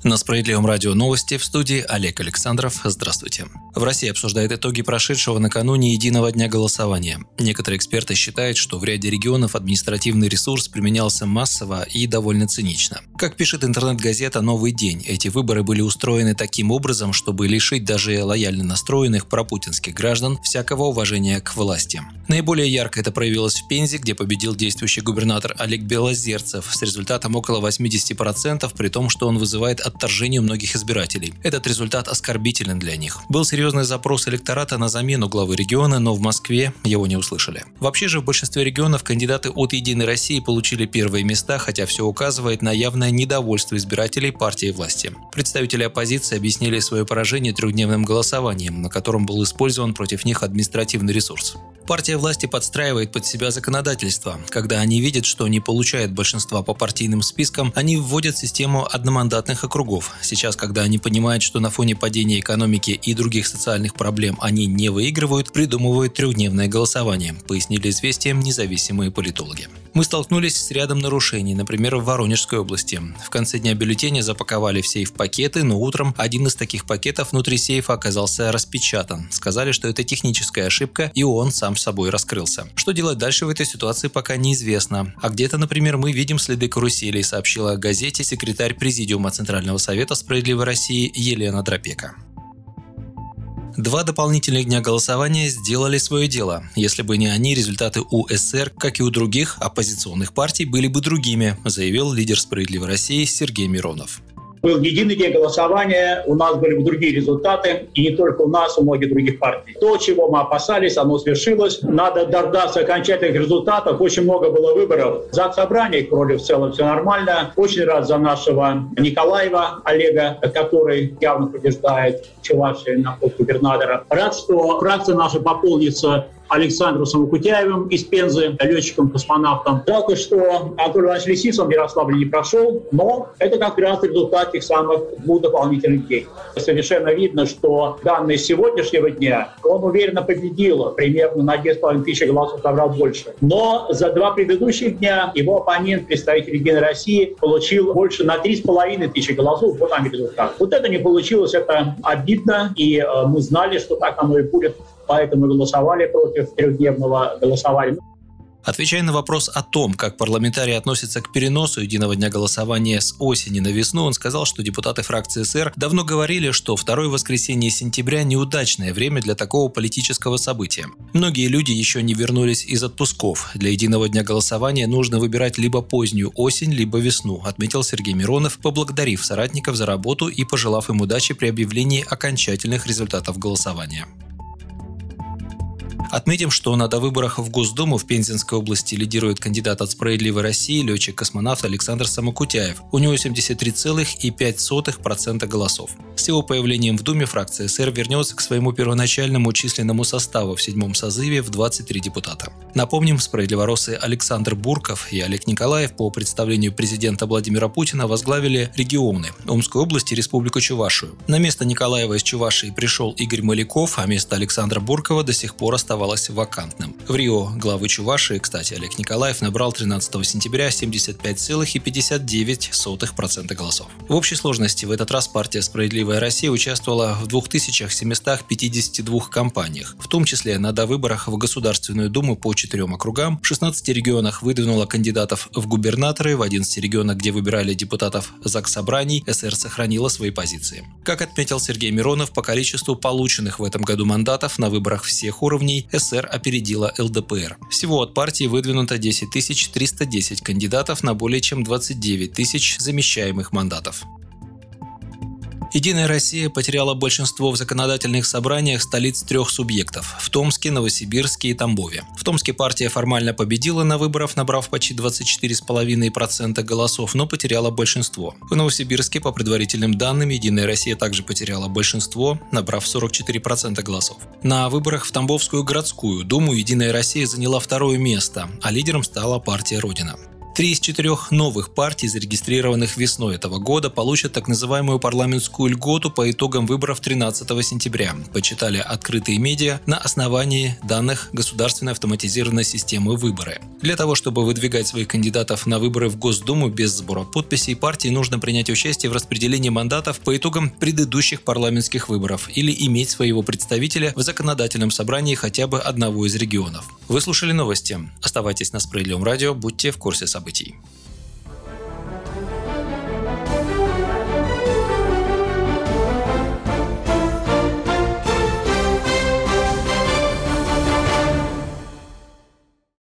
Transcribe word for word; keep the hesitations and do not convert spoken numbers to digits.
На Справедливом радио новости, в студии Олег Александров. Здравствуйте. В России обсуждают итоги прошедшего накануне единого дня голосования. Некоторые эксперты считают, что в ряде регионов административный ресурс применялся массово и довольно цинично. Как пишет интернет-газета «Новый день», эти выборы были устроены таким образом, чтобы лишить даже лояльно настроенных пропутинских граждан всякого уважения к власти. Наиболее ярко это проявилось в Пензе, где победил действующий губернатор Олег Белозерцев с результатом около восемьдесят процентов, при том, что он вызывает отторжение у многих избирателей. Этот результат оскорбителен для них. Был серьезный запрос электората на замену главы региона, но в Москве его не услышали. Вообще же в большинстве регионов кандидаты от «Единой России» получили первые места, хотя все указывает на явное недовольство избирателей партии власти. Представители оппозиции объяснили свое поражение трехдневным голосованием, на котором был использован против них административный ресурс. Партия власти подстраивает под себя законодательство. Когда они видят, что не получают большинства по партийным спискам, они вводят систему одномандатных округов. Сейчас, когда они понимают, что на фоне падения экономики и других социальных проблем они не выигрывают, придумывают трехдневное голосование, пояснили «Известиям» независимые политологи. Мы столкнулись с рядом нарушений, например, в Воронежской области. В конце дня бюллетени запаковали в сейф пакеты, но утром один из таких пакетов внутри сейфа оказался распечатан. Сказали, что это техническая ошибка, и он сам собой раскрылся. Что делать дальше в этой ситуации, пока неизвестно. А где-то, например, мы видим следы каруселей, сообщила газете секретарь Президиума Центрального совета «Справедливой России» Елена Дропека. Два дополнительных дня голосования сделали свое дело. Если бы не они, результаты у эс эр, как и у других оппозиционных партий, были бы другими, заявил лидер «Справедливой России» Сергей Миронов. Был единый день голосования, у нас были другие результаты, и не только у нас, у многих других партий. То, чего мы опасались, оно свершилось. Надо дождаться окончательных результатов. Очень много было выборов. Заксобрание, их роли в целом все нормально. Очень рад за нашего Николаева Олега, который явно побеждает Чувашии на пост губернатора. Рад, что фракция наша пополнится Александром Самокутяевым из Пензы, летчиком-космонавтом. Жалко, что Анатолий Иванович Лисицын в Ярославле не прошел, но это как раз результат тех самых двух дополнительных дней. Совершенно видно, что данные сегодняшнего дня он уверенно победил, примерно на две с половиной тысячи голосов собрал больше. Но за два предыдущих дня его оппонент, представитель «Единой России», получил больше на три с половиной тысячи голосов. Вот там результат. Вот это не получилось, это обидно, и э, мы знали, что так оно и будет. Поэтому голосовали против трехдневного голосования. Отвечая на вопрос о том, как парламентарии относятся к переносу единого дня голосования с осени на весну, он сказал, что депутаты фракции эс эр давно говорили, что второе воскресенье сентября – неудачное время для такого политического события. Многие люди еще не вернулись из отпусков. Для единого дня голосования нужно выбирать либо позднюю осень, либо весну, отметил Сергей Миронов, поблагодарив соратников за работу и пожелав им удачи при объявлении окончательных результатов голосования. Отметим, что на довыборах в Госдуму в Пензенской области лидирует кандидат от «Справедливой России», летчик-космонавт Александр Самокутяев. У него семьдесят три целых пять десятых процента голосов. С его появлением в Думе фракция эс эр вернется к своему первоначальному численному составу в седьмом созыве в двадцать три депутата. Напомним, справедливороссы Александр Бурков и Олег Николаев по представлению президента Владимира Путина возглавили регионы Омской области и Республику Чувашию. На место Николаева из Чувашии пришел Игорь Маляков, а место Александра Буркова до сих пор оставалось вакантным. В Рио главы Чувашии, кстати, Олег Николаев набрал тринадцатого сентября семьдесят пять целых пятьдесят девять сотых процента голосов. В общей сложности в этот раз партия «Справедливая Россия» участвовала в две тысячи семьсот пятьдесят два кампаниях, в том числе на довыборах в Государственную Думу по четырем округам, в шестнадцати регионах выдвинула кандидатов в губернаторы, в одиннадцати регионах, где выбирали депутатов заксобраний, эс эр сохранила свои позиции. Как отметил Сергей Миронов, по количеству полученных в этом году мандатов на выборах всех уровней эс эр опередила эл дэ пэ эр. Всего от партии выдвинуто десять тысяч триста десять кандидатов на более чем двадцать девять тысяч замещаемых мандатов. «Единая Россия» потеряла большинство в законодательных собраниях столиц трех субъектов – в Томске, Новосибирске и Тамбове. В Томске партия формально победила на выборах, набрав почти двадцать четыре целых пять десятых процента голосов, но потеряла большинство. В Новосибирске, по предварительным данным, «Единая Россия» также потеряла большинство, набрав сорок четыре процента голосов. На выборах в Тамбовскую городскую думу «Единая Россия» заняла второе место, а лидером стала партия «Родина». Три из четырех новых партий, зарегистрированных весной этого года, получат так называемую парламентскую льготу по итогам выборов тринадцатого сентября, почитали открытые медиа на основании данных государственной автоматизированной системы выборы. Для того, чтобы выдвигать своих кандидатов на выборы в Госдуму без сбора подписей, партии нужно принять участие в распределении мандатов по итогам предыдущих парламентских выборов или иметь своего представителя в законодательном собрании хотя бы одного из регионов. Вы слушали новости. Оставайтесь на Справедливом радио, будьте в курсе событий.